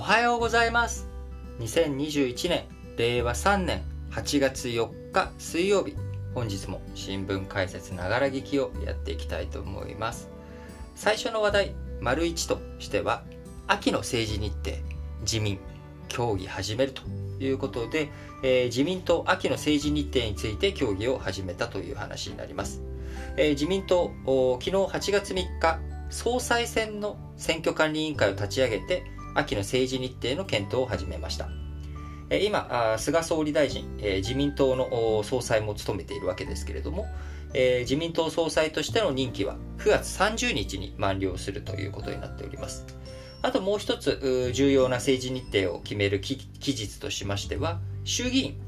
はようございます。2021年令和3年8月4日水曜日、本日も新聞解説ながら聞きをやっていきたいと思います。最初の話題、丸1としては、秋の政治日程、自民、協議始めるということで、自民党秋の政治日程について協議を始めたという話になります。自民党、昨日8月3日、総裁選の選挙管理委員会を立ち上げて、秋の政治日程の検討を始めました。今、菅総理大臣、自民党の総裁も務めているわけですけれども、自民党総裁としての任期は9月30日に満了するということになっております。あともう一つ重要な政治日程を決める期日としましては、衆議院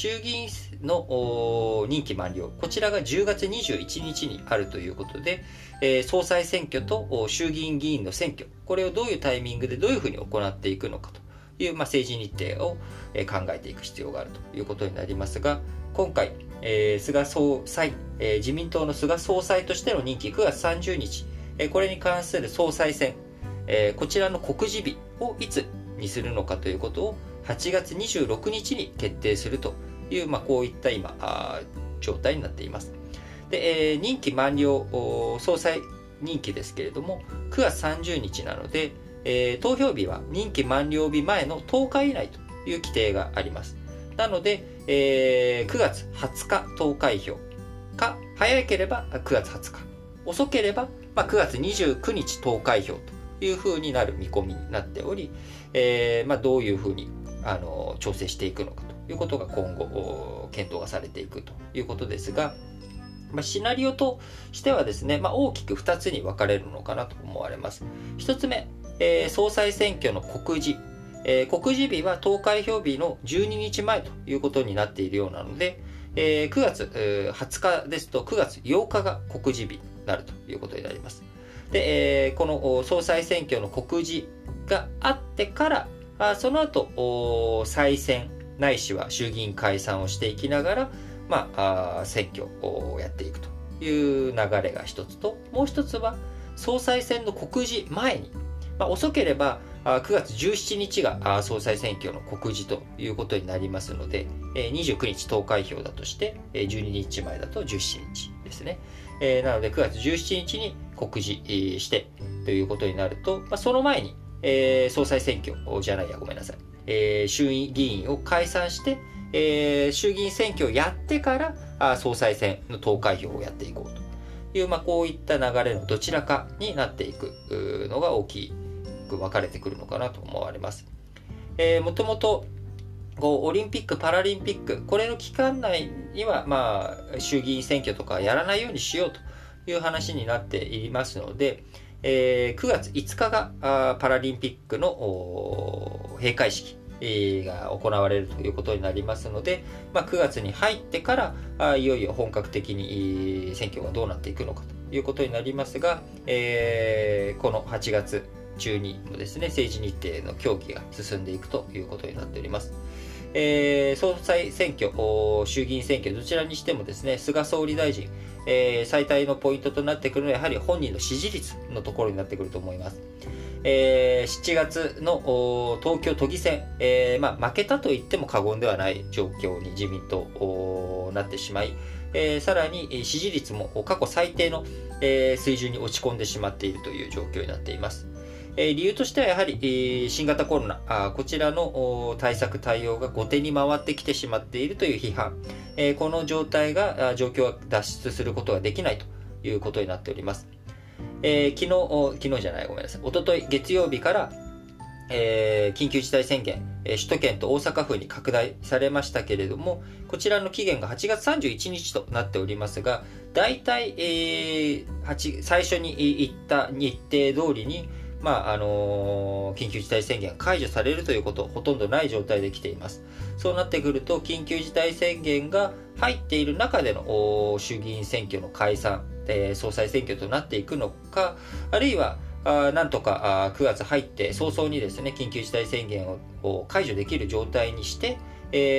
の任期満了、こちらが10月21日にあるということで、総裁選挙と衆議院議員の選挙、これをどういうタイミングでどういうふうに行っていくのかという、政治日程を考えていく必要があるということになりますが、今回、菅総裁、自民党の菅総裁としての任期9月30日、これに関する総裁選、こちらの告示日をいつにするのかということを8月26日に決定するという、こういった今状態になっています。で、任期満了、総裁任期ですけれども9月30日なので、投票日は任期満了日前の10日以内という規定があります。なので、9月20日投開票か、早ければ9月20日、遅ければ9月29日投開票というふうになる見込みになっており、どういうふうに調整していくのかということが今後検討がされていくということですが、シナリオとしてはですね、大きく2つに分かれるのかなと思われます。1つ目、総裁選挙の告示、告示日は投開票日の12日前ということになっているようなので、9月20日ですと9月8日が告示日になるということになります。で、この総裁選挙の告示があってからその後再選ないしは衆議院解散をしていきながら、選挙をやっていくという流れが一つと、もう一つは総裁選の告示前に、遅ければ9月17日が総裁選挙の告示ということになりますので、29日投開票だとして12日前だと17日ですね。なので9月17日に告示してということになると、その前に総裁選挙じゃないやごめんなさい、衆議院を解散して、衆議院選挙をやってから総裁選の投開票をやっていこうという、こういった流れのどちらかになっていくのが大きく分かれてくるのかなと思われます。もともとオリンピック・パラリンピック、これの期間内には、衆議院選挙とかやらないようにしようという話になっていますので、9月5日がパラリンピックの閉会式が行われるということになりますので、9月に入ってからいよいよ本格的に選挙がどうなっていくのかということになりますが、この8月中にもですね、政治日程の協議が進んでいくということになっております。総裁選挙、衆議院選挙、どちらにしてもですね、菅総理大臣、最大のポイントとなってくるのはやはり本人の支持率のところになってくると思います。7月の東京都議選、負けたと言っても過言ではない状況に自民党なってしまい、さらに支持率も過去最低の水準に落ち込んでしまっているという状況になっています。理由としてはやはり新型コロナ、こちらの対策対応が後手に回ってきてしまっているという批判、この状況は脱出することができないということになっております。昨日じゃないごめんなさい、一昨日月曜日から、緊急事態宣言、首都圏と大阪府に拡大されましたけれども、こちらの期限が8月31日となっておりますが、大体、最初に言った日程通りに緊急事態宣言解除されるということほとんどない状態で来ています。そうなってくると緊急事態宣言が入っている中での衆議院選挙の解散、総裁選挙となっていくのか、あるいはなんとか9月入って早々にですね、緊急事態宣言を解除できる状態にして、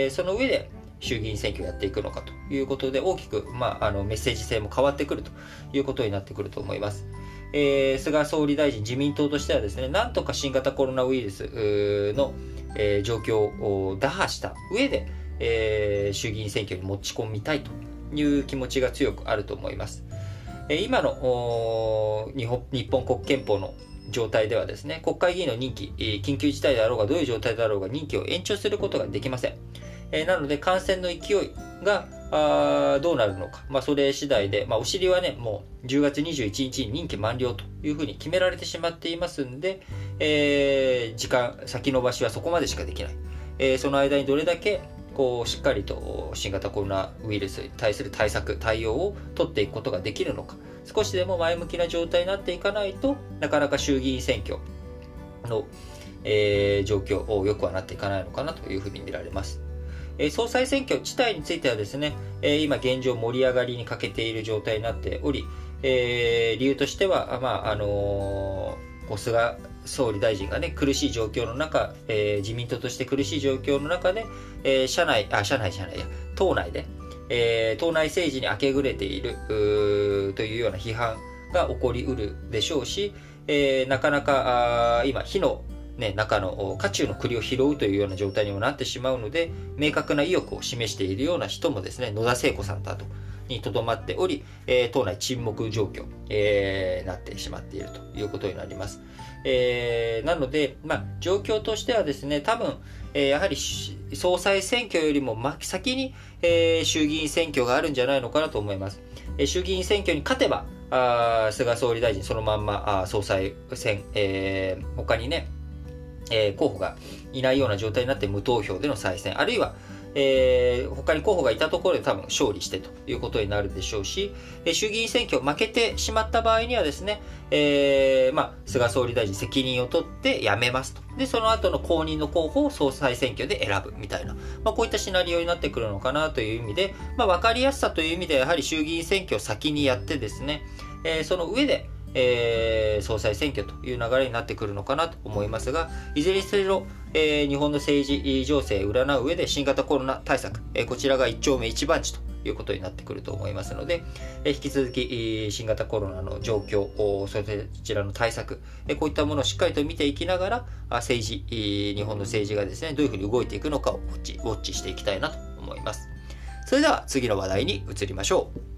その上で衆議院選挙をやっていくのかということで、大きく、メッセージ性も変わってくるということになってくると思います。 菅総理大臣、自民党としてはですね、なんとか新型コロナウイルスの、状況を打破した上で、衆議院選挙に持ち込みたいという気持ちが強くあると思います。今の日本国憲法の状態ではですね、国会議員の任期、緊急事態であろうがどういう状態であろうが任期を延長することができません。なので感染の勢いがどうなるのか、それ次第で、お尻はね、もう10月21日に任期満了というふうに決められてしまっていますんで、時間先延ばしはそこまでしかできない。その間にどれだけしっかりと新型コロナウイルスに対する対応を取っていくことができるのか、少しでも前向きな状態になっていかないとなかなか衆議院選挙の、状況良くはなっていかないのかなというふうに見られます。総裁選挙自体についてはですね、今現状盛り上がりに欠けている状態になっており、理由としては、菅総理大臣がね、苦しい状況の中、自民党として苦しい状況の中で、党内で、党内政治に明け暮れているというような批判が起こりうるでしょうし、なかなか今火の中の渦中の栗を拾うというような状態にもなってしまうので、明確な意欲を示しているような人もですね、野田聖子さんなどにとどまっており、党内沈黙状況、なってしまっているということになります。なので、状況としてはですね、多分、やはり総裁選挙よりも先に、衆議院選挙があるんじゃないのかなと思います。衆議院選挙に勝てば、菅総理大臣そのまんま総裁選、他にね、候補がいないような状態になって無投票での再選、あるいは、他に候補がいたところで多分勝利してということになるでしょうし、衆議院選挙負けてしまった場合にはですね、菅総理大臣責任を取って辞めますと。で、その後の後任の候補を総裁選挙で選ぶみたいな、こういったシナリオになってくるのかなという意味で、分かりやすさという意味ではやはり衆議院選挙を先にやってですね、その上で総裁選挙という流れになってくるのかなと思いますが、いずれにせよ、日本の政治情勢を占う上で新型コロナ対策、こちらが一丁目一番地ということになってくると思いますので、引き続き新型コロナの状況、そちらの対策、こういったものをしっかりと見ていきながら、日本の政治がですね、どういうふうに動いていくのかをウォッチしていきたいなと思います。それでは次の話題に移りましょう。